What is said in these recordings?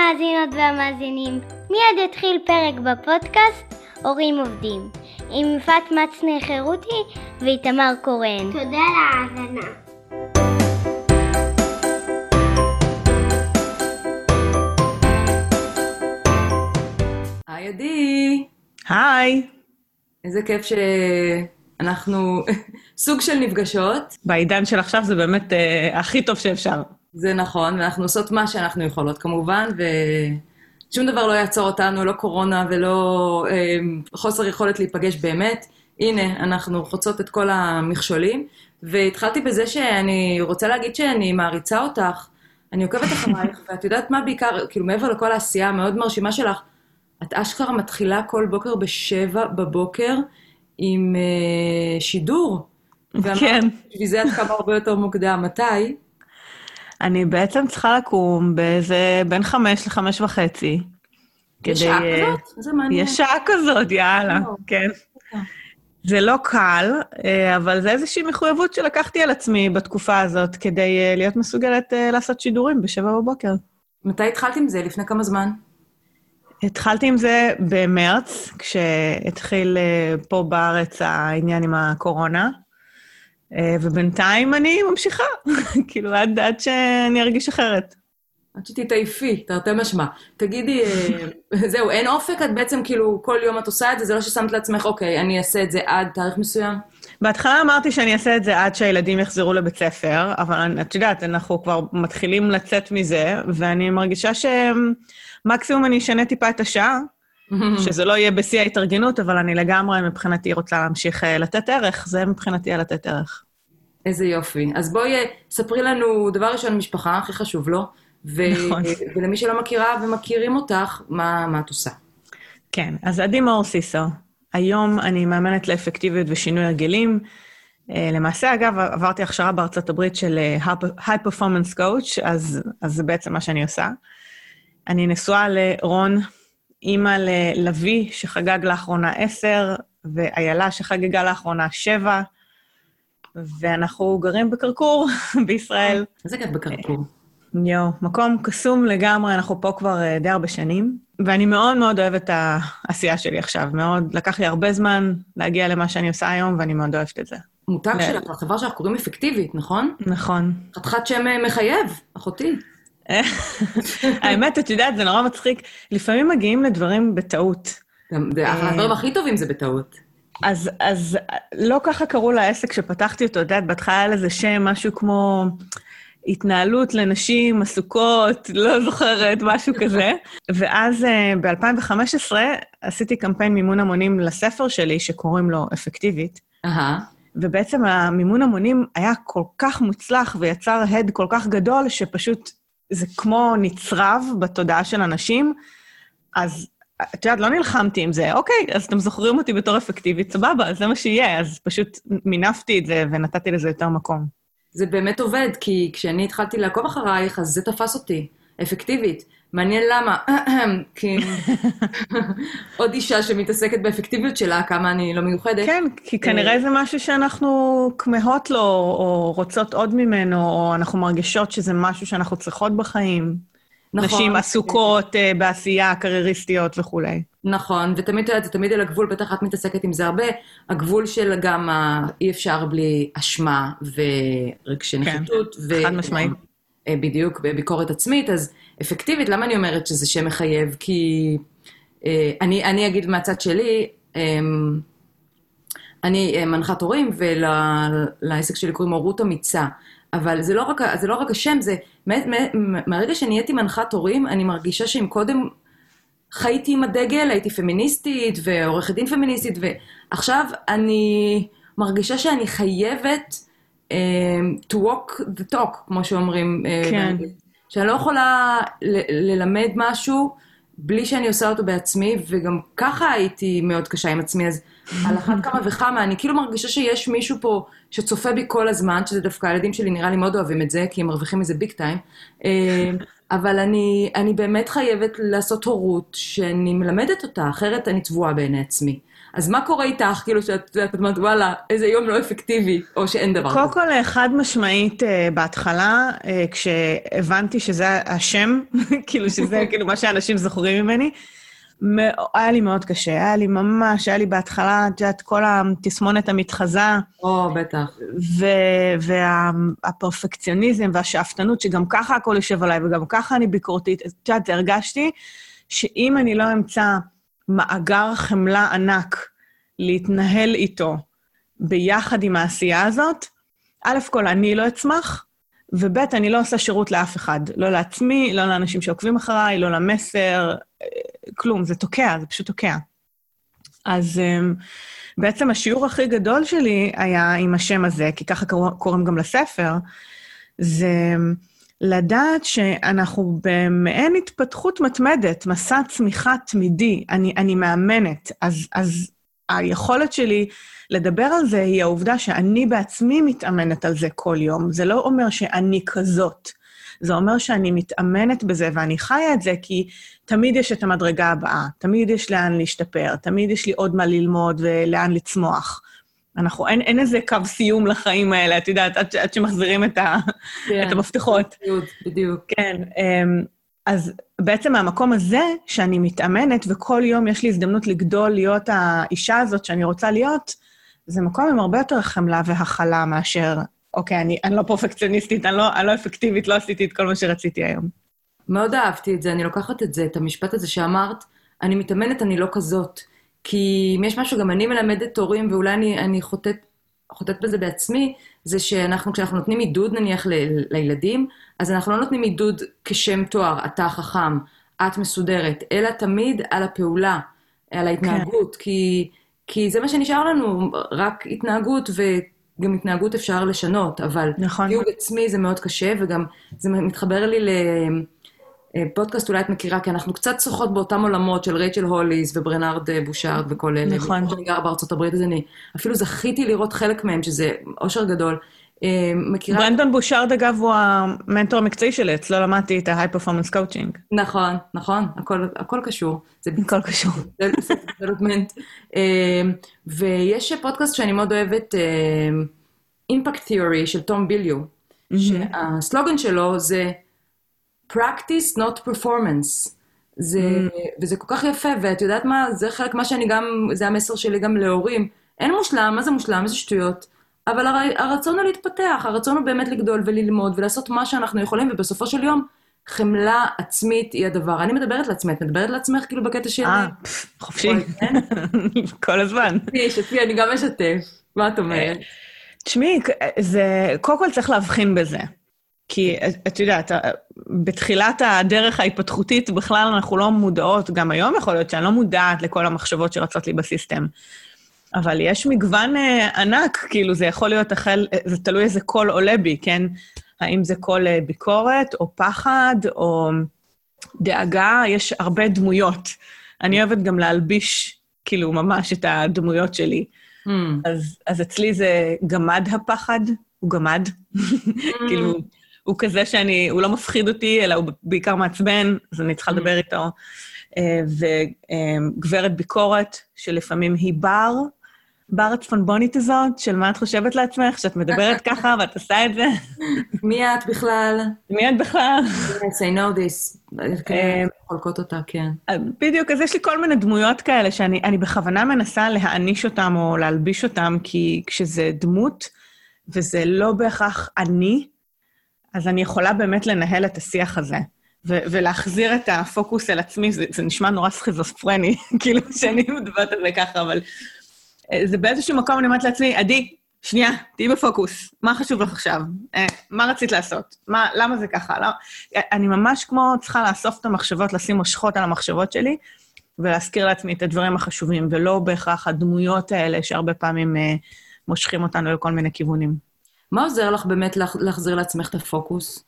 המאזינות והמאזינים, מיד יתחיל פרק בפודקאסט הורים עובדים, עם יפעת מצנר חירותי ואיתמר קורן. תודה על ההאזנה. היי עדי. היי. איזה כיף שאנחנו סוג של נפגשות. בעידן של עכשיו זה באמת הכי טוב שאפשר. זה נכון, ואנחנו עושות מה שאנחנו יכולות כמובן, ושום דבר לא יעצור אותנו, לא קורונה ולא חוסר יכולת להיפגש באמת. הנה, אנחנו חוצות את כל המכשולים, והתחלתי בזה שאני רוצה להגיד שאני מעריצה אותך, אני עוקבת אחרייך, ואת יודעת מה בעיקר, כאילו מעבר לכל העשייה המאוד מרשימה שלך, את אשכרה מתחילה כל בוקר ב7 בבוקר עם שידור. כן. וזה עד כמה הרבה יותר מוקדם. מתי? אני בעצם צריכה לקום באיזה בין 5 ל5:30. יש שעה כזאת? זה מעניין. יש שעה כזאת, יאללה, כן. זה לא קל, אבל זה איזושהי מחויבות שלקחתי על עצמי בתקופה הזאת, כדי להיות מסוגלת לעשות שידורים ב7 בבוקר. מתי התחלת עם זה? לפני כמה זמן? התחלתי עם זה במרץ, כשהתחיל פה בארץ העניין עם הקורונה, ובינתיים אני ממשיכה, כאילו עד שאני ארגיש אחרת. עד שתתעייפי, תרתי משמע. תגידי, זהו, אין אופק? את בעצם כאילו כל יום את עושה את זה? זה לא ששמת לעצמך, אוקיי, אני אעשה את זה עד תאריך מסוים? בהתחלה אמרתי שאני אעשה את זה עד שהילדים יחזרו לבית ספר, אבל את יודעת, אנחנו כבר מתחילים לצאת מזה, ואני מרגישה שמקסימום אני אשנה טיפה את השעה, שזה לא יהיה בשיא ההתארגנות, אבל אני לגמרי מבחינתי רוצה להמשיך לתת ערך, זה מבחינתי על לתת ערך. איזה יופי. אז בואי, ספרי לנו דבר ראשון משפחה, הכי חשוב לו, נכון. ולמי שלא מכירה ומכירים אותך, מה את עושה? כן, אז עדי מאור סיסו. היום אני מאמנת לאפקטיביות ושינוי הרגלים. למעשה, אגב, עברתי הכשרה בארצות הברית של High Performance Coach, אז זה בעצם מה שאני עושה. אני נשואה לרון, אימא ללוי שחגג לאחרונה 10, ואיילה שחגגה לאחרונה 7, ואנחנו גרים בקרקור בישראל. איזה גאת בקרקור? מקום קסום לגמרי, אנחנו פה כבר די הרבה שנים, ואני מאוד מאוד אוהבת את העשייה שלי עכשיו, מאוד, לקח לי הרבה זמן להגיע למה שאני עושה היום, ואני מאוד אוהבת את זה. מותג שלך, החברה שאנחנו קוראים אפקטיבית, נכון? נכון. חתיכת שם מחייב, אחותי. האמת, את יודעת, זה נורא מצחיק, לפעמים מגיעים לדברים בטעות. הדברים הכי טובים זה בטעות. אז לא ככה קראו לעסק שפתחתי אותו, את יודעת, בהתחלה היה לזה שם, משהו כמו התנהלות לנשים, עסוקות, לא זוכרת, משהו כזה. ואז ב-2015 עשיתי קמפיין מימון המונים לספר שלי, שקוראים לו אפקטיבית. ובעצם המימון המונים היה כל כך מוצלח, ויצר הד כל כך גדול, שפשוט זה כמו נצרב בתודעה של אנשים. אז את יודעת, לא נלחמתי עם זה, אוקיי, אז אתם זוכרים אותי בתור אפקטיבית, סבבה, זה מה שיהיה, אז פשוט מינפתי את זה ונתתי לזה יותר מקום. זה באמת עובד, כי כשאני התחלתי לעקוב אחרייך, אז זה תפס אותי, אפקטיבית. מעניין למה, כי עוד אישה שמתעסקת באפקטיביות שלה, כמה אני לא מיוחדת. כן, כי כנראה זה משהו שאנחנו כמהות לו, או רוצות עוד ממנו, או אנחנו מרגישות שזה משהו שאנחנו צריכות בחיים. נכון. נשים עסוקות בעשייה, קרייריסטיות וכו'. נכון, ותמיד זה תמיד על הגבול, בטח את מתעסקת עם זה הרבה, הגבול של גם אי אפשר בלי אשמה ורגשי נחיתות. כן, חד משמעית. בדיוק, בביקורת עצמית, אז אפקטיבית, למה אני אומרת שזה שם מחייב? כי אני אגיד מהצד שלי, אני מנחת הורים, ולעסק שלי קוראים הורות אמיצה, אבל זה לא רק השם, זה מהרגע שנהייתי מנחת הורים, אני מרגישה שאם קודם חייתי עם הדגל, הייתי פמיניסטית ועורכת דין פמיניסטית, ועכשיו אני מרגישה שאני חייבת to walk the talk, כמו שאומרים, כן. שאני לא יכולה ללמד משהו בלי שאני עושה אותו בעצמי, וגם ככה הייתי מאוד קשה עם עצמי, אז על אחת כמה וכמה, אני כאילו מרגישה שיש מישהו פה שצופה בי כל הזמן, שזה דווקא הילדים שלי נראה לי מאוד אוהבים את זה, כי הם מרוויחים מזה ביג טיים, אבל אני באמת חייבת לעשות הורות שאני מלמדת אותה, אחרת אני צבועה בעיני עצמי. אז מה קורה איתך, כאילו שאת אומרת, וואלה, איזה יום לא אפקטיבי, או שאין דבר כזה? קודם כל, חד משמעית בהתחלה, כשהבנתי שזה השם, כאילו שזה כאילו מה שאנשים זוכרים ממני, היה לי מאוד קשה, היה לי בהתחלה, את יודעת, כל התסמונת המתחזה. או, בטח. והפרפקציוניזם והשאפתנות, שגם ככה הכל יושב עליי, וגם ככה אני ביקורתית. את יודעת, הרגשתי שאם אני לא אמצא מאגר חמלה ענק להתנהל איתו ביחד עם העשייה הזאת, א' כל אני לא אצמח, וב' אני לא עושה שירות לאף אחד. לא לעצמי, לא לאנשים שעוקבים אחריי, לא למסר, כלום, זה תוקע, זה פשוט תוקע. אז בעצם השיעור הכי גדול שלי היה עם השם הזה, כי ככה קוראים גם לספר, זה לדעת שאנחנו במעין התפתחות מתמדת, מסע צמיחה תמידי, אני מאמנת, אז היכולת שלי לדבר על זה היא העובדה שאני בעצמי מתאמנת על זה כל יום. זה לא אומר שאני כזאת. זה אומר שאני מתאמנת בזה ואני חיה את זה, כי תמיד יש את המדרגה הבאה, תמיד יש לאן להשתפר, תמיד יש לי עוד מה ללמוד ולאן לצמוח. אין איזה קו סיום לחיים האלה, את יודעת, עד שמחזירים את המפתחות. בדיוק. כן, אז בעצם מהמקום הזה שאני מתאמנת, וכל יום יש לי הזדמנות לגדול להיות האישה הזאת שאני רוצה להיות, זה מקום עם הרבה יותר חמלה והכלה מאשר, אוקיי, אני לא פרפקציוניסטית, אני לא אפקטיבית, לא עשיתי את כל מה שרציתי היום. מאוד אהבתי את זה, אני לוקחת את זה, את המשפט הזה שאמרת, אני מתאמנת, אני לא כזאת. כי אם יש משהו, גם אני מלמדת הורים, ואולי אני חוטאת בזה בעצמי, זה כשאנחנו נותנים עידוד נניח לילדים, אז אנחנו לא נותנים עידוד כשם תואר, אתה חכם, את מסודרת, אלא תמיד על הפעולה, על ההתנהגות, כי זה מה שנשאר לנו, רק התנהגות, וגם התנהגות אפשר לשנות, אבל תיוג עצמי זה מאוד קשה, וגם זה מתחבר לי לפודקאסט, אולי את מכירה, כי אנחנו קצת שוחות באותם עולמות של רייצ'ל הוליס וברנרד בושארד וכל אלה. נכון. אני גרה בארצות הברית, אז אני אפילו זכיתי לראות חלק מהם, שזה אושר גדול. מכירה... ברנדון בושארד, אגב, הוא המנטור המקצועי שלי, אצלו למדתי את ה-high performance coaching. נכון, הכל קשור. הכל קשור. זה דלופמנט. ויש פודקאסט שאני מאוד אוהבת, Impact Theory של תום ביליו, שהסלוגן שלו זה practice not performance. וזה כל כך יפה, ואת יודעת מה, זה חלק מה שאני גם, זה המסר שלי גם להורים. אין מושלם, מה זה מושלם? איזה שטויות. אבל הרצון הוא להתפתח, הרצון הוא באמת לגדול וללמוד ולעשות מה שאנחנו יכולים, ובסופו של יום חמלה עצמית היא הדבר. אני מדברת לעצמי, את מדברת לעצמך כאילו בקטע שלי? חופשי. כל הזמן. שפי, אני גם משתף. מה את אומרת? תשמעי, קודם כל צריך להבחין בזה. כי את יודעת, בתחילת הדרך ההתפתחותית בכלל אנחנו לא מודעות, גם היום יכול להיות שאני לא מודעת לכל המחשבות שרצות לי בסיסטם. אבל יש מגוון ענק, כאילו זה יכול להיות זה תלוי איזה קול עולה בי, כן? האם זה קול ביקורת, או פחד, או דאגה, יש הרבה דמויות. אני אוהבת גם להלביש, כאילו, ממש את הדמויות שלי. אז אצלי זה גמד הפחד, הוא גמד. כאילו, הוא כזה הוא לא מפחיד אותי, אלא הוא בעיקר מעצבן, אז אני צריכה לדבר איתו. וגברת ביקורת, שלפעמים היא בר הצפונבונית הזאת, של מה את חושבת לעצמך, שאת מדברת ככה ואת עושה את זה. מי את בכלל? מי את בכלל? Yes, I know this. חולקות אותה, כן. בדיוק, אז יש לי כל מיני דמויות כאלה, שאני בכוונה מנסה להעניש אותם או להלביש אותם, כי כשזה דמות, וזה לא בהכרח אני, אז אני יכולה באמת לנהל את השיח הזה. ולהחזיר את הפוקוס אל עצמי, זה נשמע נורא סכיזופרני, כאילו שאני מדברת על זה ככה, אבל זה באיזשהו מקום אני אומרת לעצמי, עדי, שנייה, תהי בפוקוס, מה חשוב לך עכשיו? מה רצית לעשות? למה זה ככה? אני ממש כמו צריכה לאסוף את המחשבות, לשים מושכות על המחשבות שלי, ולהזכיר לעצמי את הדברים החשובים, ולא בהכרח הדמויות האלה שהרבה פעמים מושכים אותנו לכל מיני כיוונים. מה עוזר לך באמת להחזיר לעצמך את הפוקוס?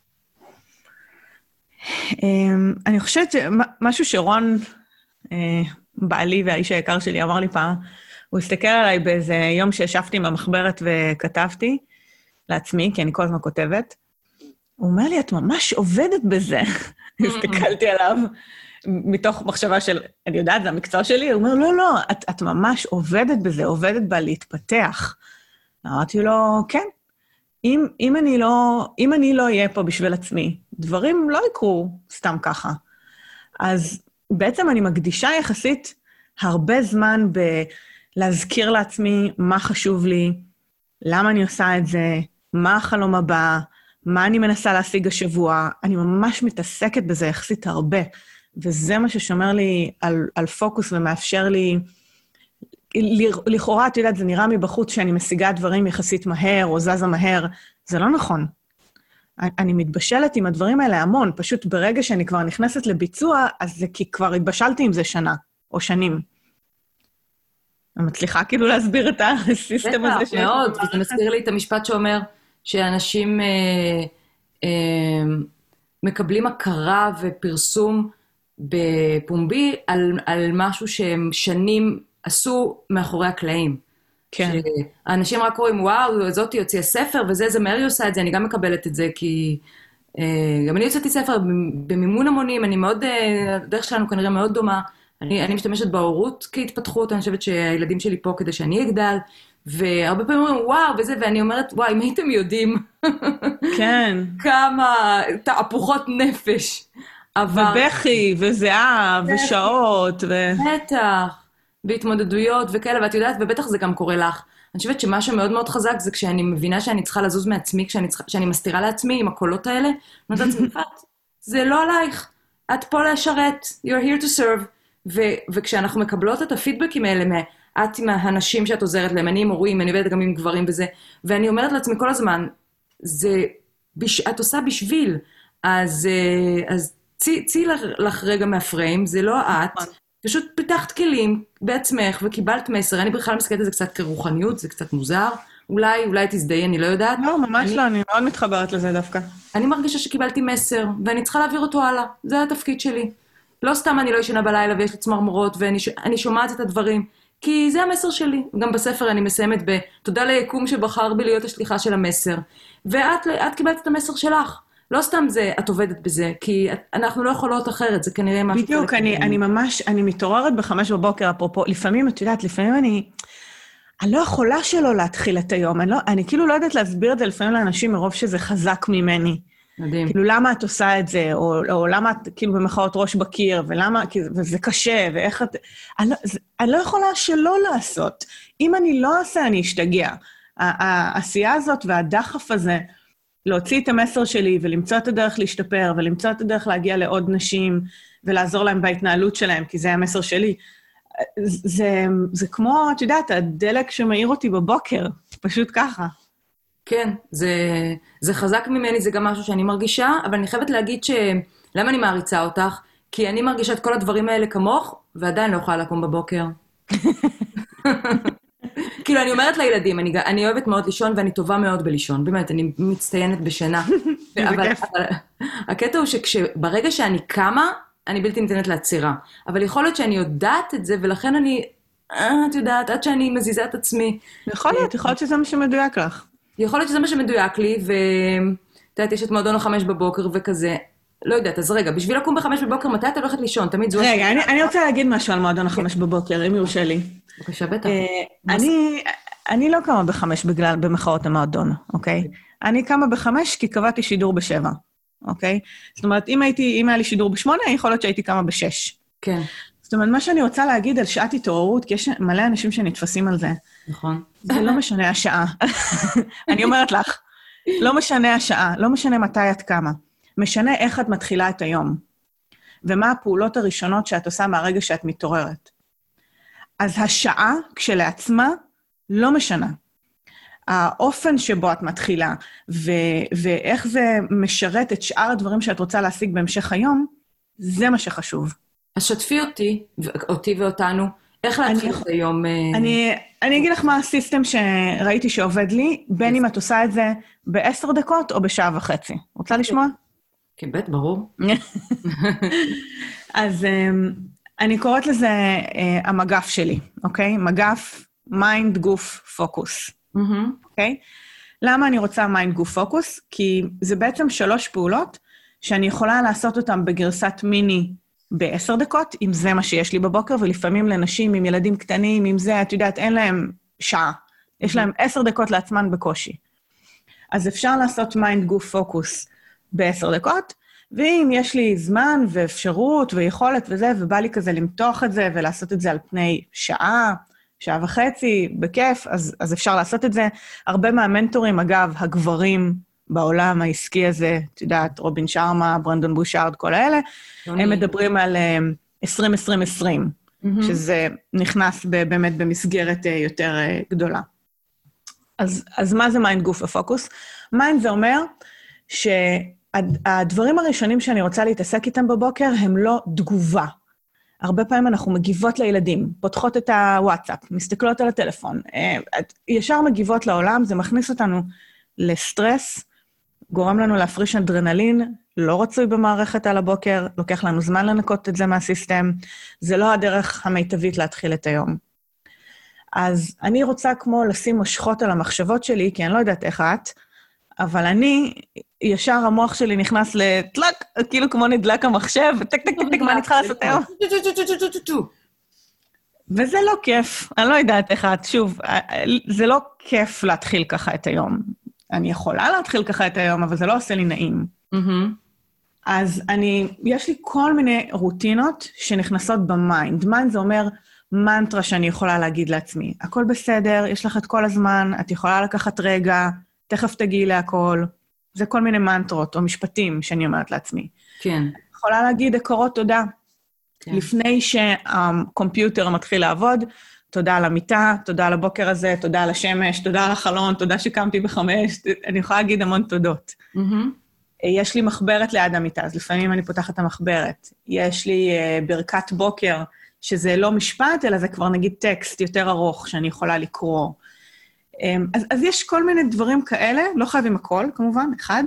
אני חושבת שמשהו שרון, בעלי והאיש היקר שלי, אמר לי פעם, הוא הסתכל עליי באיזה יום שישבתי במחברת וכתבתי לעצמי, כי אני כל הזמן כותבת. הוא אומר לי, את ממש עובדת בזה. הסתכלתי עליו, מתוך מחשבה של, אני יודעת, זה המקצוע שלי, הוא אומר, לא, לא, את ממש עובדת בזה, עובדת בה להתפתח. אמרתי לו, כן, אם אני לא אהיה פה בשביל עצמי, דברים לא יקרו סתם ככה. אז בעצם אני מקדישה יחסית הרבה זמן להזכיר לעצמי מה חשוב לי, למה אני עושה את זה, מה החלום הבא, מה אני מנסה להשיג השבוע. אני ממש מתעסקת בזה יחסית הרבה, וזה מה ששומר לי על פוקוס ומאפשר לי, לכאורה, את יודעת, זה נראה מבחוץ שאני משיגה דברים יחסית מהר או זזה מהר, זה לא נכון. אני מתבשלת עם הדברים האלה המון, פשוט ברגע שאני כבר נכנסת לביצוע, אז זה כי כבר התבשלתי עם זה שנה או שנים. אני מצליחה כאילו להסביר את הסיסטם הזה. בטח, מאוד, וזה מזכיר לי את המשפט שאומר שאנשים מקבלים הכרה ופרסום בפומבי על משהו שהם שנים עשו מאחורי הקלעים. כן. האנשים רק רואים, וואו, זאתי הוציאה ספר, זה מהר היא עושה את זה, אני גם מקבלת את זה, כי גם אני הוצאתי ספר במימון המונים, אני מאוד, הדרך שלנו כנראה מאוד דומה, אני משתמשת בהורות כהתפתחות, אני חושבת שהילדים שלי פה כדי שאני אגדל, והרבה פעמים אומרים, וואו, וזה, ואני אומרת, וואו, אם הייתם יודעים, כן. כמה תהפוכות נפש עבר. ובכי, וזיעה, ושעות, בטח. בהתמודדויות וכאלה, ואת יודעת, ובטח זה גם קורה לך. אני חושבת שמה שמאוד מאוד חזק זה כשאני מבינה שאני צריכה לזוז מעצמי, כשאני מסתירה לעצמי עם הקולות האלה, אני יודעת, זה לא עלייך, את פה לשרת, you're here to serve, וכשאנחנו מקבלות את הפידבקים האלה, את עם האנשים שאת עוזרת להם, אני עם הורים, אני עובדת גם עם גברים וזה, ואני אומרת לעצמי כל הזמן, את עושה בשביל, אז צאי לך רגע מהפריים, זה לא את, פשוט פיתחת כלים בעצמך וקיבלת מסר, אני בכלל מסתכלת על זה קצת כרוחניות, זה קצת מוזר, אולי תזדהי, אני לא יודעת. לא, ממש לא, אני מאוד מתחברת לזה דווקא. אני מרגישה שקיבלתי מסר, ואני צריכה להעביר אותו הלאה, זה התפקיד שלי. לא סתם אני לא ישנה בלילה ויש לי צמרמורות, ואני שומעת את הדברים, כי זה המסר שלי. גם בספר אני מסיימת בתודה ליקום שבחר בי להיות השליחה של המסר, ואת קיבלת את המסר שלך. לא סתם זה, את עובדת בזה, כי אנחנו לא יכולות אחרת, זה כנראה משהו... בדיוק, אני מתעוררת ב5 בבוקר, אפרופו, לפעמים, את יודעת, לפעמים אני לא יכולה שלא להתחיל את היום, אני כאילו לא יודעת להסביר את זה לפעמים לאנשים מרוב שזה חזק ממני. מדהים. כאילו, למה את עושה את זה, או למה את כאילו במחאות ראש בקיר, ולמה, וזה קשה, ואיך את... אני לא יכולה שלא לעשות. אם אני לא עושה, אני אשתגע. העשייה הזאת והדחף הזה, להוציא את המסר שלי ולמצוא את הדרך להשתפר, ולמצוא את הדרך להגיע לעוד נשים, ולעזור להם בהתנהלות שלהם, כי זה המסר שלי. זה כמו, את יודעת, הדלק שמאיר אותי בבוקר, פשוט ככה. כן, זה חזק ממני, זה גם משהו שאני מרגישה, אבל אני חייבת להגיד למה אני מעריצה אותך? כי אני מרגישה את כל הדברים האלה כמוך, ועדיין לא יכולה לקום בבוקר. כאילו, אני אומרת לילדים, אני אוהבת מאוד לישון, ואני טובה מאוד בלישון. באמת, אני מצטיינת בשינה. אבל הקטע הוא שברגע שאני קמה, אני בלתי ניתנת לעצירה. אבל יכול להיות שאני יודעת את זה, ולכן את יודעת, עד שאני מזיזה את עצמי. יכול להיות שזה מה שמדויק לך. יכול להיות שזה מה שמדויק לי, ואת יודעת, יש את מועדון 5 בבוקר וכזה. לא יודעת, אז רגע, בשביל לקום ב5 בבוקר, מתי אתה הולכת לישון? תמיד זו... רגע, אני רוצה להגיד משהו על מועדון 5 בבוקר, אם יורשה לי. בבקשה, בטח. אני לא קמה ב5 בגלל במחאות המועדון, אוקיי? אני קמה ב5 כי קבעתי שידור ב7, אוקיי? זאת אומרת, אם היה לי שידור ב8, יכול להיות שהייתי קמה ב6. כן. זאת אומרת, מה שאני רוצה להגיד על שעת התעוררות, כי יש מלא אנשים שנתפסים על זה. נכון. זה לא משנה השעה. אני אומרת לך, לא משנה השעה, לא משנה מתי את קמה. משנה איך את מתחילה את היום. ומה הפעולות הראשונות שאת עושה מהרגע שאת מתעוררת. אז השעה כשלעצמה לא משנה. האופן שבו את מתחילה, ואיך זה משרת את שאר הדברים שאת רוצה להשיג בהמשך היום, זה מה שחשוב. אז שתפי אותי ואותנו, איך להתחיל את היום? אני אגיד לך מה הסיסטם שראיתי שעובד לי, בין אם את עושה את זה ב10 דקות או בשעה וחצי. רוצה לשמוע? כן, בטח, ברור. אז אני קוראת לזה המגף שלי, אוקיי? מגף, מיינד, גוף, פוקוס. אוקיי? למה אני רוצה מיינד, גוף, פוקוס? כי זה בעצם 3 פעולות שאני יכולה לעשות אותן בגרסת מיני ב10 דקות, אם זה מה שיש לי בבוקר, ולפעמים לנשים עם ילדים קטנים, אם זה, את יודעת, אין להם שעה. יש להם 10 דקות לעצמן בקושי. אז אפשר לעשות מיינד גוף פוקוס ב10 דקות, ואם יש לי זמן ואפשרות ויכולת וזה, ובא לי כזה למתוח את זה ולעשות את זה על פני שעה, שעה וחצי, בכיף, אז אפשר לעשות את זה. הרבה מהמנטורים, אגב, הגברים בעולם העסקי הזה, את יודעת, רובין שרמה, ברנדון בושארד, כל האלה, הם מדברים על 2020, שזה נכנס באמת במסגרת יותר גדולה. אז מה זה מיינד גוף ופוקוס? מיינד זה אומר שהדברים הראשונים שאני רוצה להתעסק איתם בבוקר הם לא תגובה. הרבה פעמים אנחנו מגיבות לילדים, פותחות את הוואטסאפ, מסתכלות על הטלפון, ישר מגיבות לעולם, זה מכניס אותנו לסטרס, גורם לנו להפריש אדרנלין, לא רצוי במערכת על הבוקר, לוקח לנו זמן לנקות את זה מהסיסטם, זה לא הדרך המיטבית להתחיל את היום. אז אני רוצה כמו לשים מושכות על המחשבות שלי, כי אני לא יודעת איך את, אבל אני, ישר המוח שלי נכנס לטלק, כאילו כמו נדלק המחשב, טק, טק, טק, מה אני צריכה לעשות היום? וזה לא כיף, אני לא יודעת איך את, שוב, זה לא כיף להתחיל ככה את היום. אני יכולה להתחיל ככה את היום, אבל זה לא עושה לי נעים. אז יש לי כל מיני רוטינות שנכנסות במיינד. מיינד זה אומר מנטרה שאני יכולה להגיד לעצמי. הכל בסדר, יש לך את כל הזמן, את יכולה לקחת רגע, תכף תגיעי להכל. זה כל מיני מנטרות או משפטים שאני אומרת לעצמי. כן. יכולה להגיד הכרות תודה. כן. לפני שהקומפיוטר מתחיל לעבוד, תודה על המיטה, תודה על הבוקר הזה, תודה על השמש, תודה על החלון, תודה שקמתי ב5, אני יכולה להגיד המון תודות. יש לי מחברת ליד המיטה, אז לפעמים אני פותחת את המחברת. יש לי ברכת בוקר, שזה לא משפט, אלא זה כבר נגיד טקסט יותר ארוך שאני יכולה לקרוא. אז יש כל מיני דברים כאלה, לא חייבים הכל, כמובן, אחד,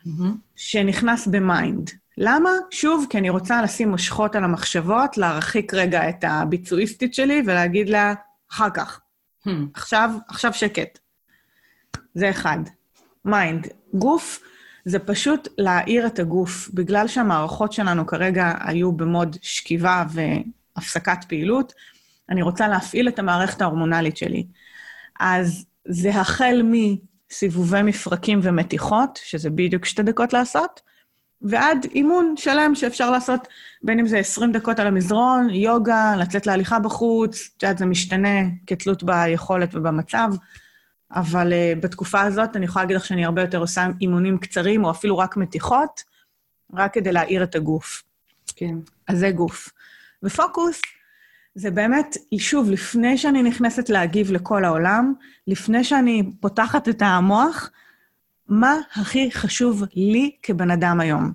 שנכנס במיינד. למה? שוב, כי אני רוצה לשים מושכות על המחשבות, להרחיק רגע את הביצועיסטית שלי, ולהגיד לה, אחר כך. עכשיו שקט. זה אחד. מיינד. גוף, זה פשוט להעיר את הגוף, בגלל שהמערכות שלנו כרגע היו במוד שכיבה והפסקת פעילות, אני רוצה להפעיל את המערכת ההורמונלית שלי. אז זה החל מסיבובי מפרקים ומתיחות, שזה בדיוק 2 דקות לעשות, ועד אימון שלם שאפשר לעשות, בין אם זה 20 דקות על המזרון, יוגה, לצאת להליכה בחוץ, זה משתנה כתלות ביכולת ובמצב, אבל בתקופה הזאת אני יכולה להגיד לך שאני הרבה יותר עושה אימונים קצרים, או אפילו רק מתיחות, רק כדי להעיר את הגוף. כן. אז זה גוף. ופוקוס, זה באמת, שוב, לפני שאני נכנסת להגיב לכל העולם, לפני שאני פותחת את מה הכי חשוב לי כבן אדם היום?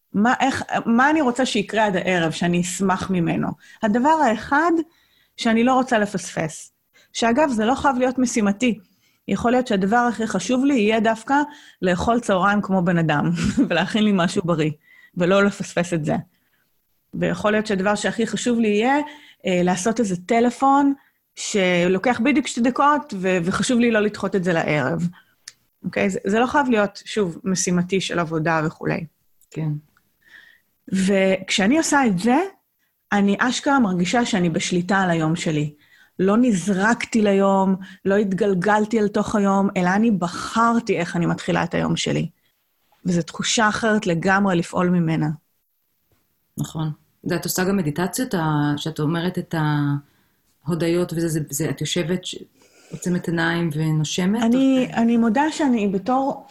מה אני רוצה שיקרה עד הערב, שאני אשמח ממנו? הדבר האחד שאני לא רוצה לפספס. שאגב, זה לא חייב להיות משימתי. יכול להיות שהדבר הכי חשוב לי יהיה דווקא לאכול צהריים כמו בן אדם, ולהכין לי משהו בריא, ולא לפספס את זה. ויכול להיות שהדבר שהכי חשוב לי יהיה לעשות איזה טלפון, שלוקח בדיוק 2 דקות, וחשוב לי לא לדחות את זה לערב. אוקיי? זה לא חייב להיות, שוב, משימתי של עבודה וכו'. כן. וכשאני עושה את זה, אני אשכרה מרגישה שאני בשליטה על היום שלי. לא נזרקתי ליום, לא התגלגלתי אל תוך היום, אלא אני בחרתי איך אני מתחילה את היום שלי. וזו תחושה אחרת לגמרי לפעול ממנה. נכון. את עושה גם מדיטציות, שאת אומרת את ההודיות וזה, את יושבת, עוצמת עיניים ונושמת? אני מודה שאני בתור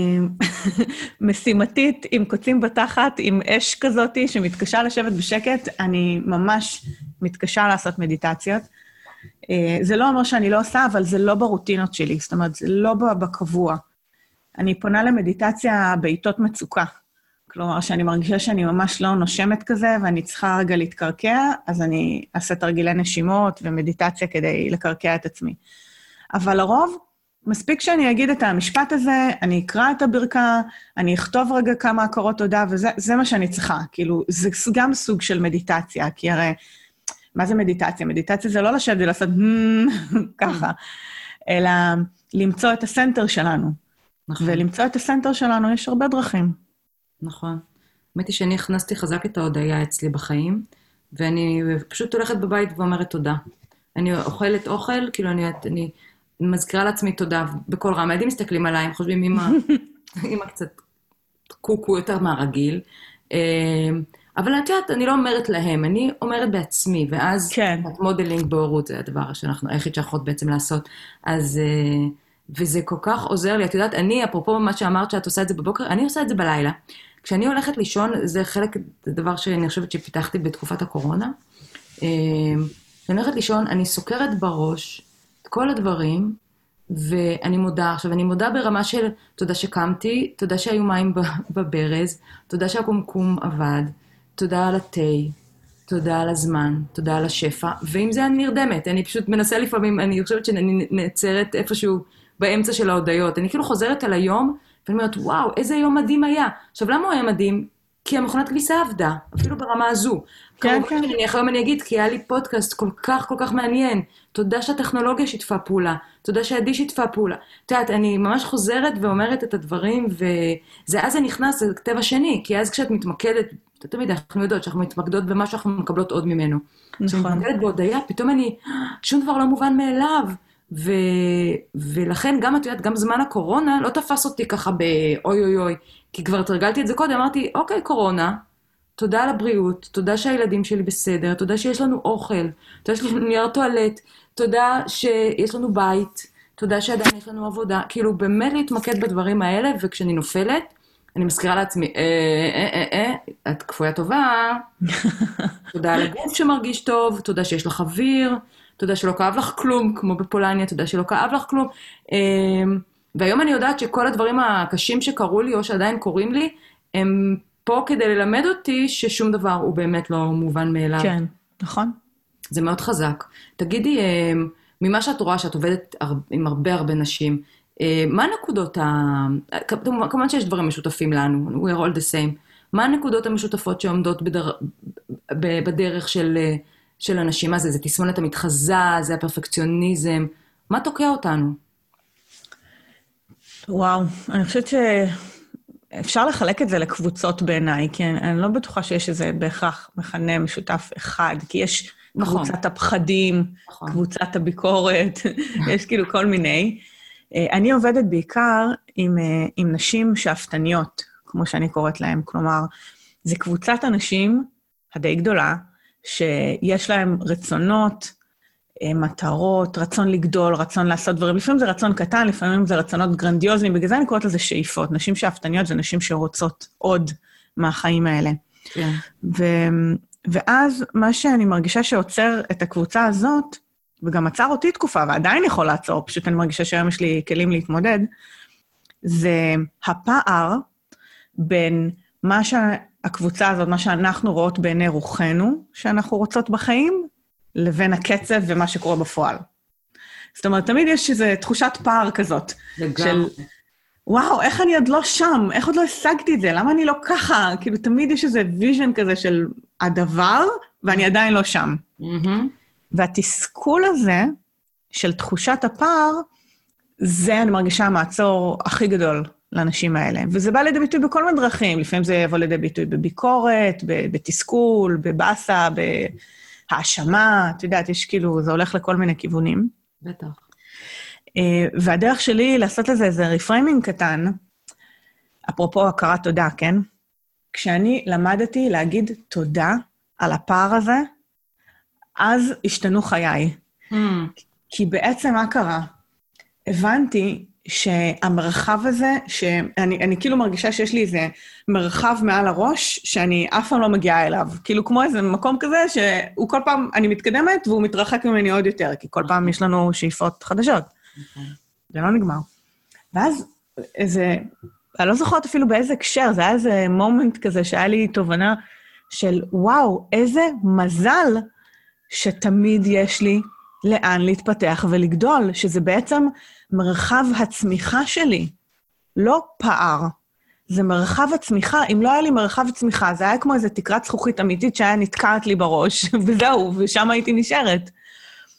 משימתית, עם קוצים בתחת, עם אש כזאת שמתקשה לשבת בשקט, אני ממש מתקשה לעשות מדיטציות. זה לא אומר שאני לא עושה, אבל זה לא ברוטינות שלי, זאת אומרת, זה לא בקבוע. אני פונה למדיטציה בעיתות מצוקה. כלומר, שאני מרגישה שאני ממש לא נושמת כזה, ואני צריכה רגע להתקרקע, אז אני אעשה תרגילי נשימות ומדיטציה כדי לקרקע את עצמי. אבל לרוב, מספיק שאני אגיד את המשפט הזה, אני אקרא את הברכת, אני אכתוב רגע כמה הכרות תודה, וזה מה שאני צריכה. כאילו, זה גם סוג של מדיטציה, כי הרי, מה זה מדיטציה? מדיטציה זה לא לשבת ולעשות ככה, אלא למצוא את הסנטר שלנו. נכון. ולמצוא את הסנטר שלנו יש הרבה דרכים. נכון. האמת היא שאני הכנסתי חזק את ההודעה אצלי בחיים, ואני פשוט הולכת בבית ואומרת תודה. אני אוכלת אוכל, כאילו אני מזכירה לעצמי תודה בכל רם. הילדים מסתכלים עליי, הם חושבים אמא קצת קוקו יותר מהרגיל. אבל את יודעת, אני לא אומרת להם, אני אומרת בעצמי, ואז את מודלינג בהורות, זה הדבר היחיד שאנחנו בעצם לעשות. אז, וזה כל כך עוזר לי, את יודעת, אני, אפרופו מה שאמרת שאת עושה את זה בבוקר, אני עושה את זה בלילה. כשאני הולכת לישון, זה חלק, זה דבר שאני חושבת שפיתחתי בתקופת הקורונה. כשאני הולכת לישון, אני סוקרת בראש את כל הדברים, ואני מודה. עכשיו, אני מודה ברמה של תודה שקמתי, תודה שהיו מים בברז, תודה שהקומקום עבד, תודה על התה, תודה על הזמן, תודה על השפע, ועם זה אני נרדמת. אני פשוט מנסה לפעמים, אני חושבת שאני נעצרת איפשהו באמצע של ההודעות. אני כאילו חוזרת על היום, ואני אומרת, וואו, איזה יום מדהים היה. עכשיו, למה הוא היה מדהים? כי המכונת כביסה עבדה, אפילו ברמה הזו. כמובן היום אני אגיד, כי היה לי פודקאסט כל כך מעניין. תודה שהטכנולוגיה שיתפה פעולה. תודה שעדי שיתפה פעולה. את יודעת, אני ממש חוזרת ואומרת את הדברים, וזה אז זה נכנס, זה כתב השני, כי אז כשאת מתמקדת, תמיד אנחנו יודעות שאנחנו מתמקדות במה שאנחנו מקבלות עוד ממנו. כשאני מתמקדת בהודעה, פתאום שום דבר לא מובן מאליו. ולכן גם, את יודעת, גם זמן הקורונה לא תפס אותי ככה באוי אוי אוי, כי כבר תרגלתי את זה קודם, אמרתי, אוקיי, קורונה, תודה על הבריאות, תודה שהילדים שלי בסדר, תודה שיש לנו אוכל, תודה שיש לנו נייר טואלט, תודה שיש לנו בית, תודה שעדיין יש לנו עבודה, כאילו באמת להתמקד בדברים האלה, וכשאני נופלת, אני מזכירה לעצמי, את כפויה טובה, תודה על הגוף שמרגיש טוב, תודה שיש לך אוויר, תודה שלא כאב לך כלום, כמו בפולניה, תודה שלא כאב לך כלום. והיום אני יודעת שכל הדברים הקשים שקרו לי, או שעדיין קורים לי, הם פה כדי ללמד אותי ששום דבר הוא באמת לא מובן מאליו. כן, נכון. זה מאוד חזק. תגידי, ממה שאת רואה שאת עובדת עם הרבה נשים, מה הנקודות כמובן שיש דברים משותפים לנו, we are all the same. מה הנקודות המשותפות שעומדות בדרך של אנשים? מה זה? זה תסמונת המתחזה, זה הפרפקציוניזם. מה תוקע אותנו? וואו, אני חושבת שאפשר לחלק את זה לקבוצות בעיניי, כי אני לא בטוחה שיש איזה בהכרח מכנה משותף אחד, כי יש קבוצת הפחדים, קבוצת הביקורת, יש כאילו כל מיני. אני עובדת בעיקר עם נשים שאפתניות, כמו שאני קוראת להם, כלומר, זה קבוצת אנשים הדי גדולה, שיש להם רצונות, מטרות, רצון לגדול, רצון לעשות דברים. לפעמים זה רצון קטן, לפעמים זה רצונות גרנדיוזיים, בגלל זה אני קוראת לזה שאיפות. נשים שאפתניות זה נשים שרוצות עוד מהחיים האלה. כן. ואז מה שאני מרגישה שעוצר את הקבוצה הזאת, וגם עצר אותי תקופה, ועדיין יכול לעצור, פשוט אני מרגישה שהיום יש לי כלים להתמודד, זה הפער בין מה שהקבוצה הזאת, מה שאנחנו רואות בעיני רוחנו, שאנחנו רוצות בחיים, לבין הקצב ומה שקורה בפועל. זאת אומרת, תמיד יש איזו תחושת פער כזאת, של וואו, איך אני עוד לא שם? איך עוד לא השגתי את זה? למה אני לא ככה? כאילו, תמיד יש איזה ויז'ן כזה של הדבר, ואני עדיין לא שם. והתסכול הזה, של תחושת הפער, זה, אני מרגישה, המעצור הכי גדול לאנשים האלה. וזה בא לידי ביטוי בכל מיני דרכים. לפעמים זה יבוא לידי ביטוי בביקורת, בתסכול, בבאסה, בהאשמה. את יודעת, יש כאילו, זה הולך לכל מיני כיוונים. בטח. והדרך שלי לעשות לזה איזה רפריימינג קטן, אפרופו הכרת תודה, כן? כשאני למדתי להגיד תודה על הפער הזה, אז השתנו חיי. כי בעצם מה קרה? הבנתי שהמרחב הזה, שאני כאילו מרגישה שיש לי איזה מרחב מעל הראש, שאני אף פעם לא מגיעה אליו. כאילו כמו איזה מקום כזה, שהוא כל פעם, אני מתקדמת, והוא מתרחק ממני עוד יותר, כי כל פעם יש לנו שאיפות חדשות. זה לא נגמר. ואז אני לא זוכרת אפילו באיזה הקשר, זה היה איזה מומנט כזה, שהיה לי תובנה של, וואו, איזה מזל שתמיד יש לי לאן להתפתח ולגדול, שזה בעצם מרחב הצמיחה שלי, לא פער. זה מרחב הצמיחה. אם לא היה לי מרחב צמיחה, זה היה כמו איזו תקרת זכוכית אמיתית שהיה נתקעת לי בראש, וזהו, ושם הייתי נשארת.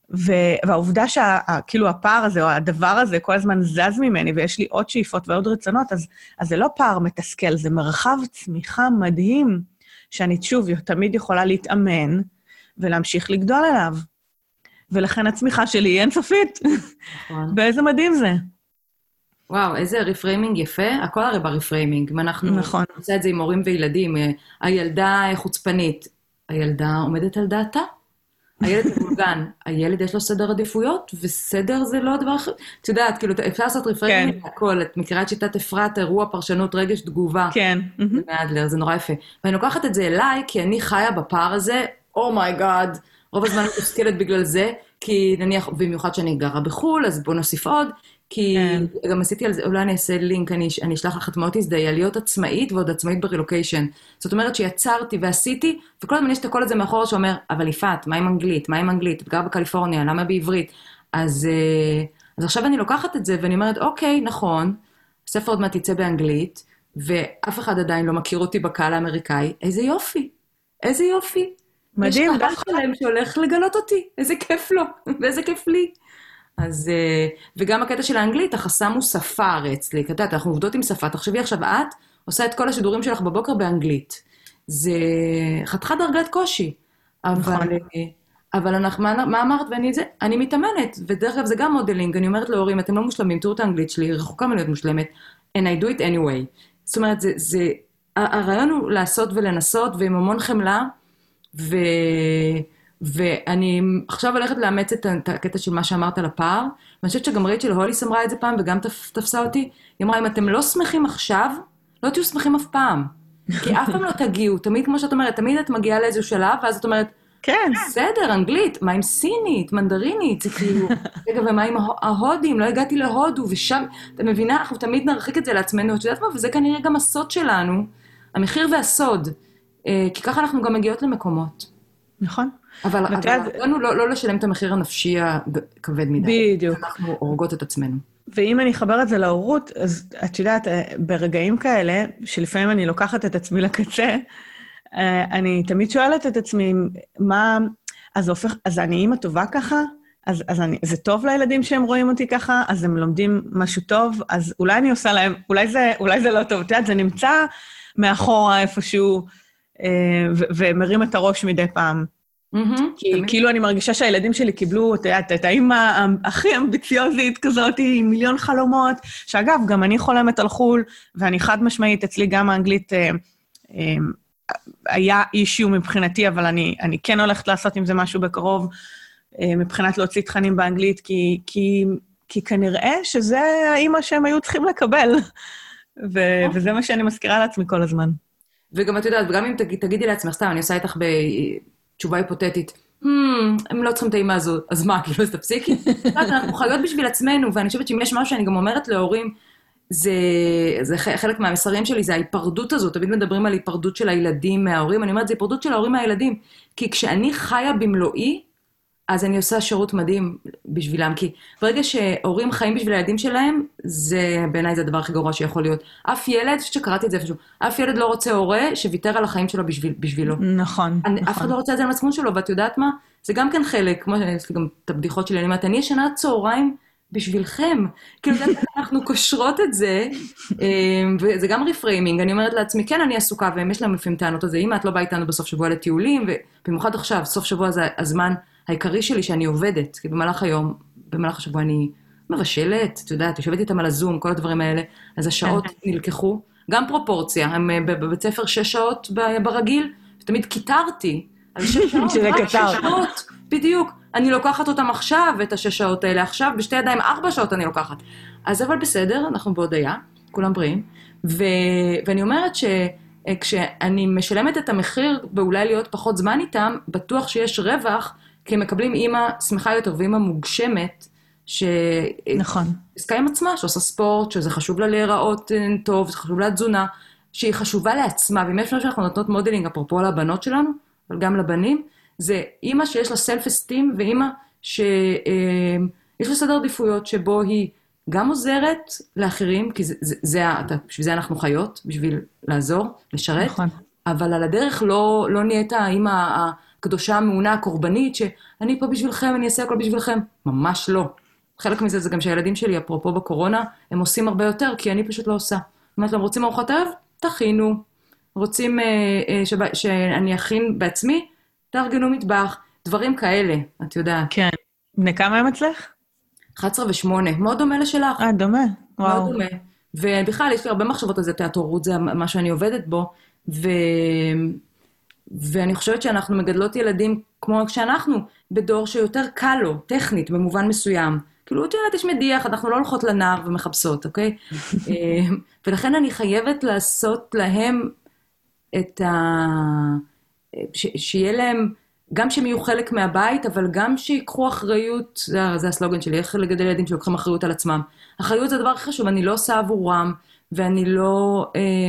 והעובדה כאילו הפער הזה, או הדבר הזה, כל הזמן זז ממני, ויש לי עוד שאיפות ועוד רצונות, אז זה לא פער מתסכל, זה מרחב צמיחה מדהים, שאני שוב תמיד יכולה להתאמן, ולהמשיך לגדול אליו. ולכן הצמיחה שלי היא אינסופית. ואיזה מדהים זה. וואו, איזה רפריימינג יפה. הכל הרי ברפריימינג. אם אנחנו נעשה את זה עם הורים וילדים, הילדה חוצפנית, הילדה עומדת על דעתה. הילד מבולגן, הילד יש לו סדר עדיפויות, וסדר זה לא הדבר אחר. את יודעת, כאילו, אפשר לעשות רפריימינג הכל, את מכירה את שיטת אפרת, אירוע, פרשנות, רגש, תגובה. כן. זה מאדלר, זה נורא יפה. ואני לוקחת את זה אליי, כי אני חיה בפער הזה, אומייגאד, רוב הזמן אני מתוסכלת בגלל זה, כי נניח, במיוחד שאני גרה בחול, אז בוא נוסיף עוד, כי גם עשיתי על זה, אולי אני אעשה לינק, אני אשלח לך תמונות הזדהי, על להיות עצמאית ועוד עצמאית ברילוקיישן. זאת אומרת שיצרתי ועשיתי, וכל הזמן יש את הכל הזה מאחורה שאומר, אבל יפעת, מה עם אנגלית? מה עם אנגלית? את גרה בקליפורניה, למה בעברית? אז עכשיו אני לוקחת את זה, ואני אומרת, אוקיי, נכון, הספר עוד מעט יצא באנגלית, ואף אחד עדיין לא מכיר אותי בקהל האמריקאי, איזה יופי, איזה יופי. מדהים, יש קהל שלהם שהולך לגלות אותי, איזה כיף לו, ואיזה כיף לי. אז, וגם הקטע של האנגלית, החסם הוא שפה הרי אצלי, כתבת, אנחנו עובדות עם שפה, תחשבי עכשיו, את עושה את כל השידורים שלך בבוקר באנגלית. זה חתיכת דרגת קושי. אבל מה אמרת? אני מתאמנת, ודרך אגב זה גם מודלינג, אני אומרת להורים, אתם לא מושלמים, תראו את האנגלית שלי, רחוקה מלהיות מושלמת, and I do it anyway. זאת אומרת, הרעיון הוא לעשות ולנסות, ועם המון חמלה, ואני עכשיו הולכת לאמץ את הקטע של מה שאמרת על הפער, ואני חושבת שגם רייצ'ל הוליס אמרה את זה פעם, וגם תפסה אותי, היא אמרה, אם אתם לא שמחים עכשיו, לא תהיו שמחים אף פעם, כי אף פעם לא תגיעו, תמיד כמו שאת אומרת, תמיד את מגיעה לאיזשהו שלב, ואז את אומרת, כן. בסדר, אנגלית, מה עם סינית, מנדרינית, זה כאילו, רגע, ומה עם ההודים, לא הגעתי להודו, ושם, אתה מבינה, אנחנו תמיד נרחיק את זה לעצמנו, את יודעת מה, וזה כנראה גם הסוד שלנו, המחיר והסוד, כי ככה אנחנו גם מגיעות למקומות. נכון. אבל אנחנו לא לשלם את המחיר הנפשי הכבד מדי. בדיוק. אנחנו הורגות את עצמנו. ואם אני אחבר את זה להורות, אז את יודעת, ברגעים כאלה, שלפעמים אני לוקחת את עצמי לקצה, אני תמיד שואלת את עצמי, אז אני אימא טובה ככה? זה טוב לילדים שהם רואים אותי ככה? אז הם לומדים משהו טוב? אז אולי אני עושה להם, אולי זה לא טוב. את יודעת, זה נמצא מאחורה איפשהו, ומרים את הראש מדי פעם. כי כאילו אני מרגישה שהילדים שלי קיבלו את האמא הכי אמביציוזית כזאת, עם מיליון חלומות, שאגב, גם אני חולמת על חול, ואני חד משמעית, אצלי גם האנגלית היה אישיו מבחינתי, אבל אני כן הולכת לעשות עם זה משהו בקרוב, מבחינת להוציא תכנים באנגלית, כי כנראה שזה האמא שהם היו צריכים לקבל, וזה מה שאני מזכירה לעצמי כל הזמן. וגם את יודעת, וגם אם תגידי לעצמך, סתם, אני עושה איתך בתשובה היפותטית, הם לא צריכים את האמא הזו, אז מה, כאילו, אז תפסיקי? אנחנו חיות בשביל עצמנו, ואני חושבת שאם יש משהו שאני גם אומרת להורים, זה חלק מהמסרים שלי, זה ההיפרדות הזאת, תמיד מדברים על היפרדות של הילדים מההורים, אני אומרת, זה היפרדות של ההורים מהילדים, כי כשאני חיה במלואי, אז אני עושה שירות מדהים בשבילם, כי ברגע שהורים חיים בשביל הילדים שלהם, בעיניי זה הדבר הכי גרוע שיכול להיות. אף ילד, שקראתי את זה איפשהו, אף ילד לא רוצה הורה שוויתר על החיים שלו בשבילו. נכון. אף אחד לא רוצה את זה על המצפון שלו, ואת יודעת מה? זה גם כן חלק, כמו שיש לי גם את הבדיחות שלי, אני אומרת, אני ישנה צהריים בשבילכם. כאילו, אנחנו קושרות את זה, וזה גם רפריימינג. אני אומרת לעצמי, כן, אני עסוקה, והם יש להם לפעמים טענות על זה, אמא, את לא באה איתנו בסוף שבוע לטיולים, ובמיוחד עכשיו, סוף שבוע זה הזמן העיקרי שלי שאני עובדת, כי במהלך היום, במהלך השבוע אני מבשלת, את יודעת, יושבת איתם על הזום, כל הדברים האלה, אז השעות נלקחו, גם פרופורציה, הם בבית ספר 6 שעות ברגיל, ותמיד קיטרתי, על 6 שעות, רק 6 שעות, בדיוק, אני לוקחת אותם עכשיו, את 6 שעות האלה עכשיו, בשתי ידיים 4 שעות אני לוקחת. אז אבל בסדר, אנחנו בהודעה, כולם בריאים, ואני אומרת שכשאני משלמת את המחיר, ואולי להיות פחות זמן איתם, בטוח שיש רווח, כי הם מקבלים אימא שמחה יותר, ואימא מוגשמת, נכון. עסקה עם עצמה, שעושה ספורט, שזה חשוב לה להיראות טוב, זה חשוב לה תזונה, שהיא חשובה לעצמה, ואם יש משהו שאנחנו נותנות מודלינג, אפרופו לבנות שלנו, אבל גם לבנים, זה אימא שיש לה סלף אסטים, ואימא שיש לה סדר עדיפויות, שבו היא גם עוזרת לאחרים, כי בשביל זה אנחנו חיות, בשביל לעזור, לשרת, נכון. אבל על הדרך לא נהיית האמא הקדושה, המעונה, הקורבנית, שאני פה בשבילכם, אני אעשה הכל בשבילכם. ממש לא. חלק מזה זה גם שהילדים שלי, אפרופו בקורונה, הם עושים הרבה יותר, כי אני פשוט לא עושה. זאת אומרת, הם רוצים ארוחת ערב? תכינו. רוצים שאני אכין בעצמי? תארגנו מטבח. דברים כאלה, את יודעת. כן. בני כמה הם אצלך? 11 ו8, מאוד דומה לשלך. דומה. וואו. מאוד דומה. ובכלל, יש לי הרבה מחשבות על זה, תיאטרורות, זה מה שאני עובדת בו, ואני חושבת שאנחנו מגדלות ילדים כמו כשאנחנו, בדור שיותר קל לו, טכנית, במובן מסוים. כאילו, את יודעת, יש מדיח, אנחנו לא הולכות לנער ומחפשות, אוקיי? ולכן אני חייבת לעשות להם שיהיה להם, גם שהם יהיו חלק מהבית, אבל גם שיקחו אחריות, זה הסלוגן שלי, איך לגדל ילדים שלוקחים אחריות על עצמם. אחריות זה הדבר הכי חשוב, אני לא עושה עבורם, ואני לא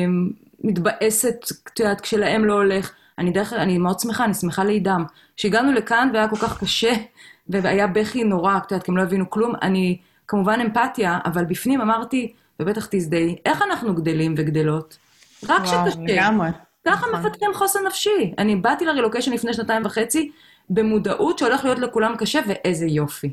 מתבאסת, כשלהם לא הולך. אני מאוד שמחה, אני שמחה לידם. כשהגענו לכאן והיה כל כך קשה, והיה בכי נורא, כי הם לא הבינו כלום, אני כמובן אמפתיה, אבל בפנים אמרתי, ובטח תזדהי, איך אנחנו גדלים וגדלות? רק שקשה. ככה מפתחים חוסן נפשי. אני באתי לרילוקיישן לפני 2.5, במודעות שהולך להיות לכולם קשה, ואיזה יופי.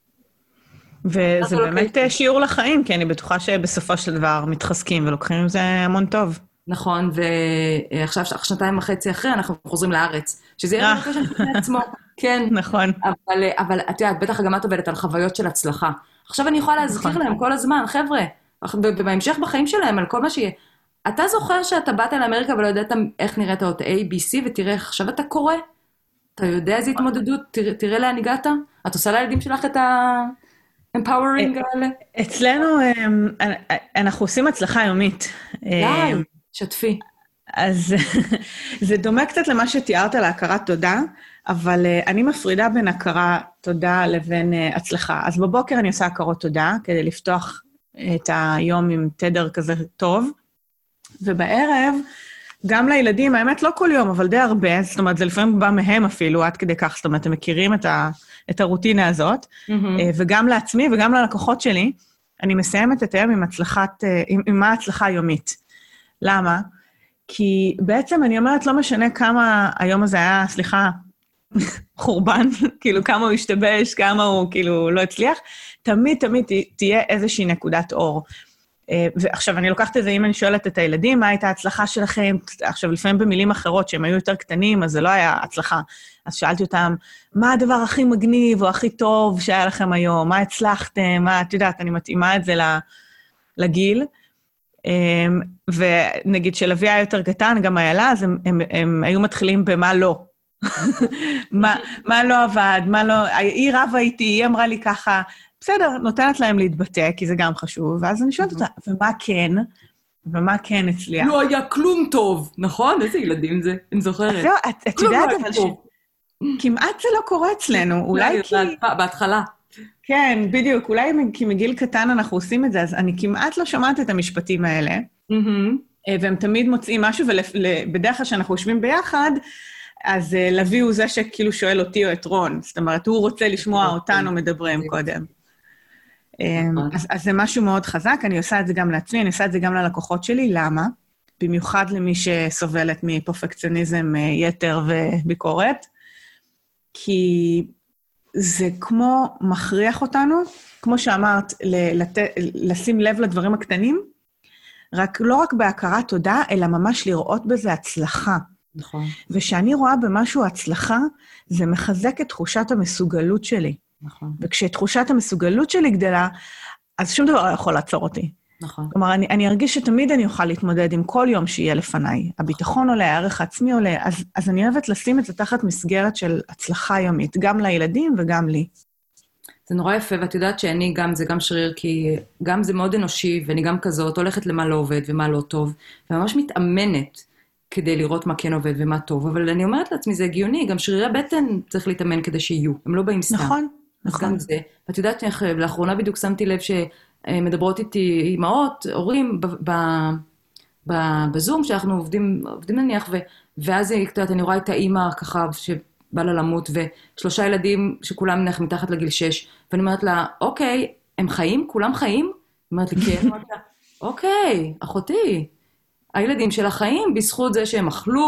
וזה באמת שיעור לחיים, כי אני בטוחה שבסופו של דבר מתחזקים ולוקחים עם זה המון טוב. נכון, ועכשיו 2.5 אחרי אנחנו חוזרים לארץ, שזה יהיה רילוקיישן לפני עצמו. כן. נכון. אבל את יודעת, בטח גם את עובדת על חוויות של הצלחה. עכשיו אני יכולה להזכיר להם כל הזמן, חבר'ה, ובהמשך בחיים שלהם, על כל מה שיהיה. אתה זוכר שאתה באת לאמריקה ולא ידעת איך נראית האות A, B, C, ותראה, עכשיו אתה קורא. אתה יודע איזו התמודדות, תראה לאן הגעת. את עושה לילדים שלך את ה-empowering האלה? אצלנו, אנחנו עושים הצלחה יומית. די, שתפי. אז זה דומה קצת למה שתיארת להכרת תודה, אבל אני מפרידה בין הכרת תודה לבין הצלחה. אז בבוקר אני עושה הכרות תודה, כדי לפתוח את היום עם תדר כזה טוב, ובערב, גם לילדים, האמת לא כל יום, אבל די הרבה, זאת אומרת, זה לפעמים בא מהם אפילו, עד כדי כך, זאת אומרת, הם מכירים את הרוטינה הזאת, וגם לעצמי וגם ללקוחות שלי, אני מסיימת את היום עם מה ההצלחה היומית. למה? כי בעצם אני אומרת, לא משנה כמה היום הזה היה, סליחה, חורבן, כאילו כמה הוא השתבש, כמה הוא כאילו לא הצליח, תמיד תהיה איזושהי נקודת אור. ועכשיו, אני לוקחת את זה, אם אני שואלת את הילדים, מה הייתה ההצלחה שלכם? עכשיו, לפעמים במילים אחרות, שהם היו יותר קטנים, אז זה לא היה הצלחה. אז שאלתי אותם, מה הדבר הכי מגניב או הכי טוב שהיה לכם היום? מה הצלחתם? מה, את יודעת, אני מתאימה את זה לגיל. ונגיד שלוי היה יותר קטן, גם איילה, אז הם היו מתחילים במה לא. מה לא עבד, מה לא... היא רבה איתי, היא אמרה לי ככה, בסדר, נותנת להם להתבטא, כי זה גם חשוב, ואז אני שואלת אותה, ומה כן הצליח? לא היה כלום טוב, נכון? איזה ילדים זה, אני זוכרת. את יודעת, אבל כמעט זה לא קורה אצלנו, אולי כי... בהתחלה. כן, בדיוק, אולי כי מגיל קטן אנחנו עושים את זה, אז אני כמעט לא שומעת את המשפטים האלה, והם תמיד מוצאים משהו, ובדרך כלל שאנחנו יושבים ביחד, אז לוי הוא זה שכאילו שואל אותי או את רון, זאת אומרת, הוא רוצה לשמוע אותנו מדברים קודם. אז זה משהו מאוד חזק, אני עושה את זה גם לעצמי, אני עושה את זה גם ללקוחות שלי, למה? במיוחד למי שסובלת מפרפקציוניזם יתר וביקורת, כי זה כמו מכריח אותנו, כמו שאמרת, לשים לב לדברים הקטנים, לא רק בהכרת תודה, אלא ממש לראות בזה הצלחה. נכון. ושאני רואה במשהו הצלחה, זה מחזק את תחושת המסוגלות שלי. נכון. וכשתחושת המסוגלות שלי גדלה, אז שום דבר לא יכול לעצור אותי. נכון. כלומר, אני ארגיש שתמיד אני אוכל להתמודד עם כל יום שיהיה לפניי. הביטחון עולה, הערך העצמי עולה, אז אני אוהבת לשים את זה תחת מסגרת של הצלחה יומית, גם לילדים וגם לי. זה נורא יפה, ואת יודעת שאני גם, זה גם שריר, כי גם זה מאוד אנושי, ואני גם כזאת, הולכת למה לא עובד ומה לא טוב, וממש מתאמנת כדי לראות מה כן עובד ומה טוב, אבל אני אומרת לעצמי, זה הגיוני, גם שרירי בטן צריך להתאמן כדי שיהיו, הם לא באים סתם. נכון, אז גם זה. ואת יודעת, לאחרונה בדיוק שמתי לב שמדברות איתי אימהות, הורים, בזום, שאנחנו עובדים נניח, ואז אני רואה את האימא ככה, שבא לה למות, ו3 ילדים שכולם נניח מתחת לגיל 6, ואני אומרת לה, אוקיי, הם חיים? כולם חיים? היא אומרת לי, כן. אוקיי, אחותי, הילדים של החיים, בזכות זה שהם אכלו,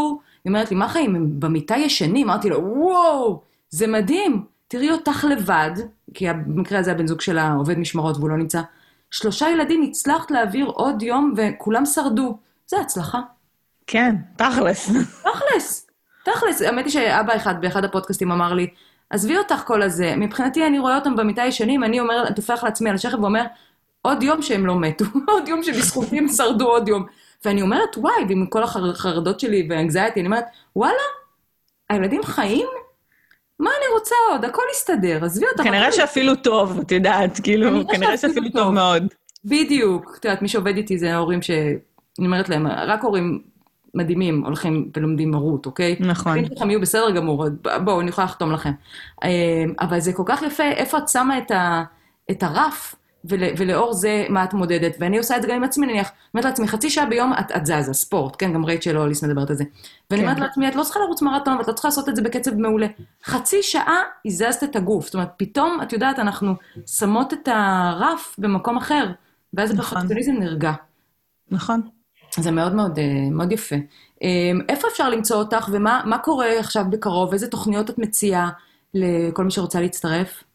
היא אומרת לי, מה חיים, הם במיטה ישנים? אמרתי לו, וואו, זה מדהים, תראי אותך לבד, כי במקרה הזה הבן זוג שלה עובד משמרות והוא לא נמצא, 3 ילדים הצלחת להעביר עוד יום וכולם שרדו. זה הצלחה. כן, תכלס. תכלס. האמת היא שאבא אחד באחד הפודקאסטים אמר לי, עזבי אותך כל הזה, מבחינתי אני רואה אותם במיטה ישנים, אני אומר, תופך לעצמי על השכב ואומר, עוד יום שהם לא מתו, עוד יום שבזכותם שרדו עוד יום. ואני אומרת, וואי, ועם כל החרדות שלי והאנגזייטי, אני אומרת, וואלה, הילדים חיים? מה אני רוצה עוד? הכל יסתדר, עזבי אותך. כנראה שאפילו טוב, את יודעת, כאילו, כנראה שאפילו טוב מאוד. בדיוק, את יודעת, מי שעובד איתי זה ההורים שאני אומרת להם, רק הורים מדהימים הולכים ולומדים מרות, אוקיי? נכון. אם שלכם יהיו בסדר גמור, בואו, אני יכולה לחתום לכם. אבל זה כל כך יפה, איפה את שמה את הרף, ולאור זה מה את מודדת, ואני עושה את זה גם עם עצמי, נניח, אומרת לעצמי, חצי שעה ביום את זזה, ספורט, כן, גם רייצ'ל אוליס מדברת על זה, ואני אומרת לעצמי, את לא צריכה לרוץ מרתון, ואת לא צריכה לעשות את זה בקצב מעולה, חצי שעה הזזת את הגוף, זאת אומרת, פתאום, את יודעת, אנחנו שמות את הרף במקום אחר, ואז הפרפקציוניזם נרגע. נכון. זה מאוד מאוד, מאוד יפה. איפה אפשר למצוא אותך, ומה קורה עכשיו בקרוב, איזה תוכניות את מציעה לכל מי שרוצה להצטרף?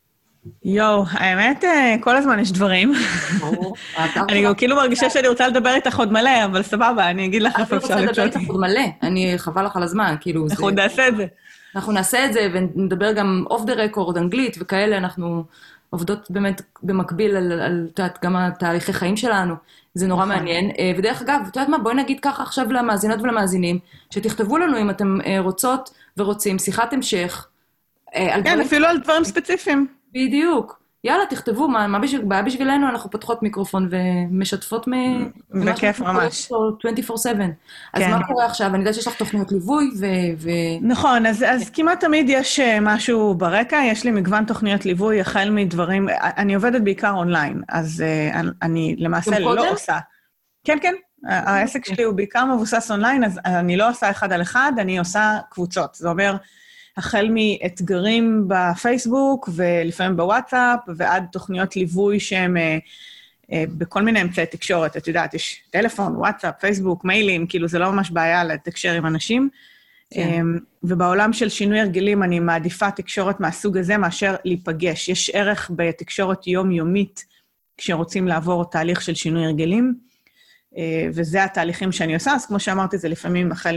האמת, כל הזמן יש דברים. אני גם כאילו מרגישה שאני רוצה לדבר איתך עוד מלא, אבל סבבה, אני אגיד לך איפה אפשר למצוא אותי. אני רוצה לדבר איתך עוד מלא, אני חבל לך על הזמן, כאילו... אנחנו נעשה את זה. אנחנו נעשה את זה, ונדבר גם off the record, אנגלית וכאלה, אנחנו עובדות באמת במקביל על גם התהליכי חיים שלנו, זה נורא מעניין. ודרך אגב, את יודעת מה, בואי נגיד ככה עכשיו למאזינות ולמאזינים, שתכתבו לנו אם אתם רוצות ורוצים שיחת המשך. כן, אפילו על דברים ספציפיים. בדיוק. יאללה, תכתבו, מה בשבילנו? אנחנו פותחות מיקרופון ומשתפות בכיף ממש. 24/7. אז מה קורה עכשיו? אני יודעת שיש לך תוכניות ליווי נכון, אז כמעט תמיד יש משהו ברקע, יש לי מגוון תוכניות ליווי, החל מדברים, אני עובדת בעיקר אונליין, אז אני למעשה לא עושה. כן, כן, העסק שלי הוא בעיקר מבוסס אונליין, אז אני לא עושה 1 על 1, אני עושה קבוצות. זה אומר... החל מאתגרים בפייסבוק ולפעמים בוואטסאפ, ועד תוכניות ליווי שהן בכל מיני אמצעי תקשורת. את יודעת, יש טלפון, וואטסאפ, פייסבוק, מיילים, כאילו זה לא ממש בעיה לתקשר עם אנשים. כן. ובעולם של שינוי הרגלים אני מעדיפה תקשורת מהסוג הזה מאשר להיפגש. יש ערך בתקשורת יומיומית כשרוצים לעבור תהליך של שינוי הרגלים, וזה התהליכים שאני עושה. אז כמו שאמרתי, זה לפעמים החל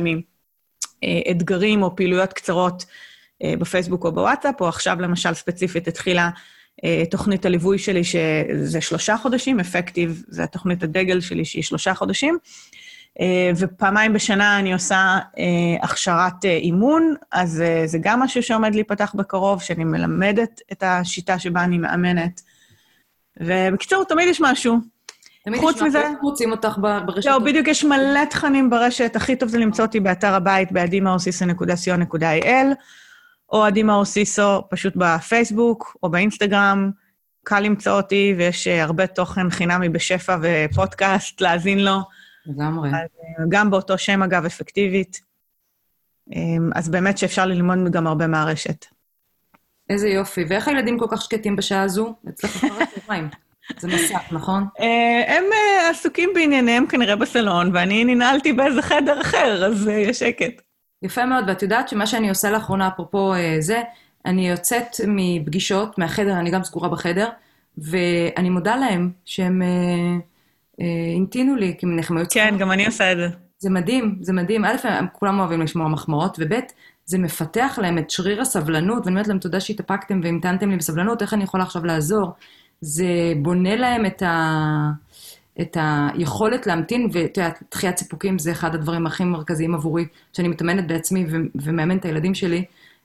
מאתגרים או פעילויות קצרות, בפייסבוק או בוואטסאפ, או עכשיו למשל ספציפית התחילה תוכנית הליווי שלי, שזה 3 חודשים, אפקטיב, זה התוכנית הדגל שלי שהיא 3 חודשים, ופעמיים בשנה אני עושה הכשרת אימון, אז זה גם משהו שעומד להיפתח בקרוב, שאני מלמדת את השיטה שבה אני מאמנת, ובקיצור, תמיד יש משהו. חוץ מזה, רוצים אותך ברשת. לא, בדיוק יש מלא תכנים ברשת, הכי טוב זה למצוא אותי באתר הבית, ב-adimaorsiso.co.il, או adimaorsiso פשוט בפייסבוק, או באינסטגרם, קל למצוא אותי, ויש הרבה תוכן חינמי בשפע ופודקאסט להאזין לו. לגמרי. גם באותו שם, אגב, אפקטיבית. אז באמת שאפשר ללמוד גם הרבה מהרשת. איזה יופי. ואיך הילדים כל כך שקטים בשעה הזו? אצלך אחרת יומיים. זה מסך, נכון? הם עסוקים בענייניהם כנראה בסלון, ואני ננעלתי באיזה חדר אחר, אז יש שקט. יפה מאוד, ואת יודעת שמה שאני עושה לאחרונה, אפרופו זה, אני יוצאת מפגישות, מהחדר, אני גם סגורה בחדר, ואני מודה להם שהם המתינו לי, כי מנחם היו כן, גם אני עושה את זה. זה מדהים, זה מדהים. א', כולם אוהבים לשמוע מחמאות, וב', זה מפתח להם את שריר הסבלנות, ואני אומרת להם, תודה שהתאפקתם והמתנתם לי בסבלנות, איך אני יכולה עכשיו לעזור? זה בונה להם את היכולת להמתין, ותחיית סיפוקים זה אחד הדברים הכי מרכזיים עבורי, שאני מתאמנת בעצמי ומאמן את הילדים שלי,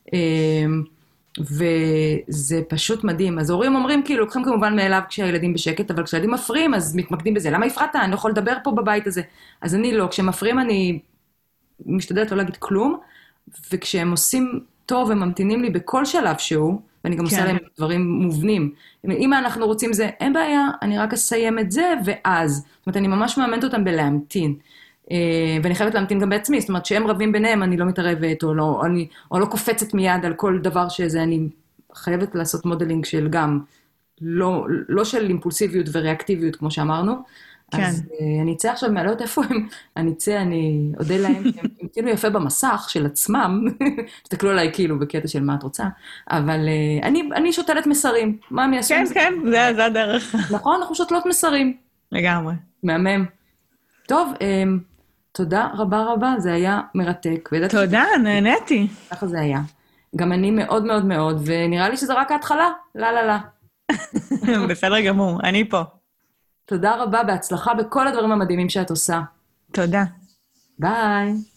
וזה פשוט מדהים. אז הורים אומרים, כאילו, לוקחים כמובן מאליו כשהילדים בשקט, אבל כשהילדים מפריעים, אז מתמקדים בזה. למה הפרעת? אני לא יכול לדבר פה בבית הזה. אז אני לא, כשמפריעים אני משתדלת לא להגיד כלום, וכשהם עושים טוב וממתינים לי בכל שלב שהוא, ואני גם עושה להם דברים מובנים. אם אנחנו רוצים זה, אין בעיה, אני רק אסיים את זה, ואז. זאת אומרת, אני ממש מאמנת אותם בלהמתין. ואני חייבת להמתין גם בעצמי, זאת אומרת, שהם רבים ביניהם, אני לא מתערבת, או לא קופצת מיד על כל דבר שזה, אני חייבת לעשות מודלינג של גם, לא של אימפולסיביות וריאקטיביות, כמו שאמרנו, כן. אז אני אצא עכשיו, אני לא יודעת איפה הם, אני אצא, אני אודה להם, הם כאילו יפה במסך של עצמם, תסתכלו עליי כאילו בקטע של מה את רוצה, אבל אני שותלת מסרים, מה הם יעשו? כן, כן, זה הדרך. נכון, אנחנו שותלות מסרים. לגמרי. מהמם. טוב, תודה רבה רבה, זה היה מרתק. תודה, נהניתי. ככה זה היה. גם אני מאוד מאוד מאוד, ונראה לי שזה רק ההתחלה. לא, לא, לא. בסדר גמור, אני פה. תודה רבה, בהצלחה בכל הדברים המדהימים שאת עושה. תודה. ביי.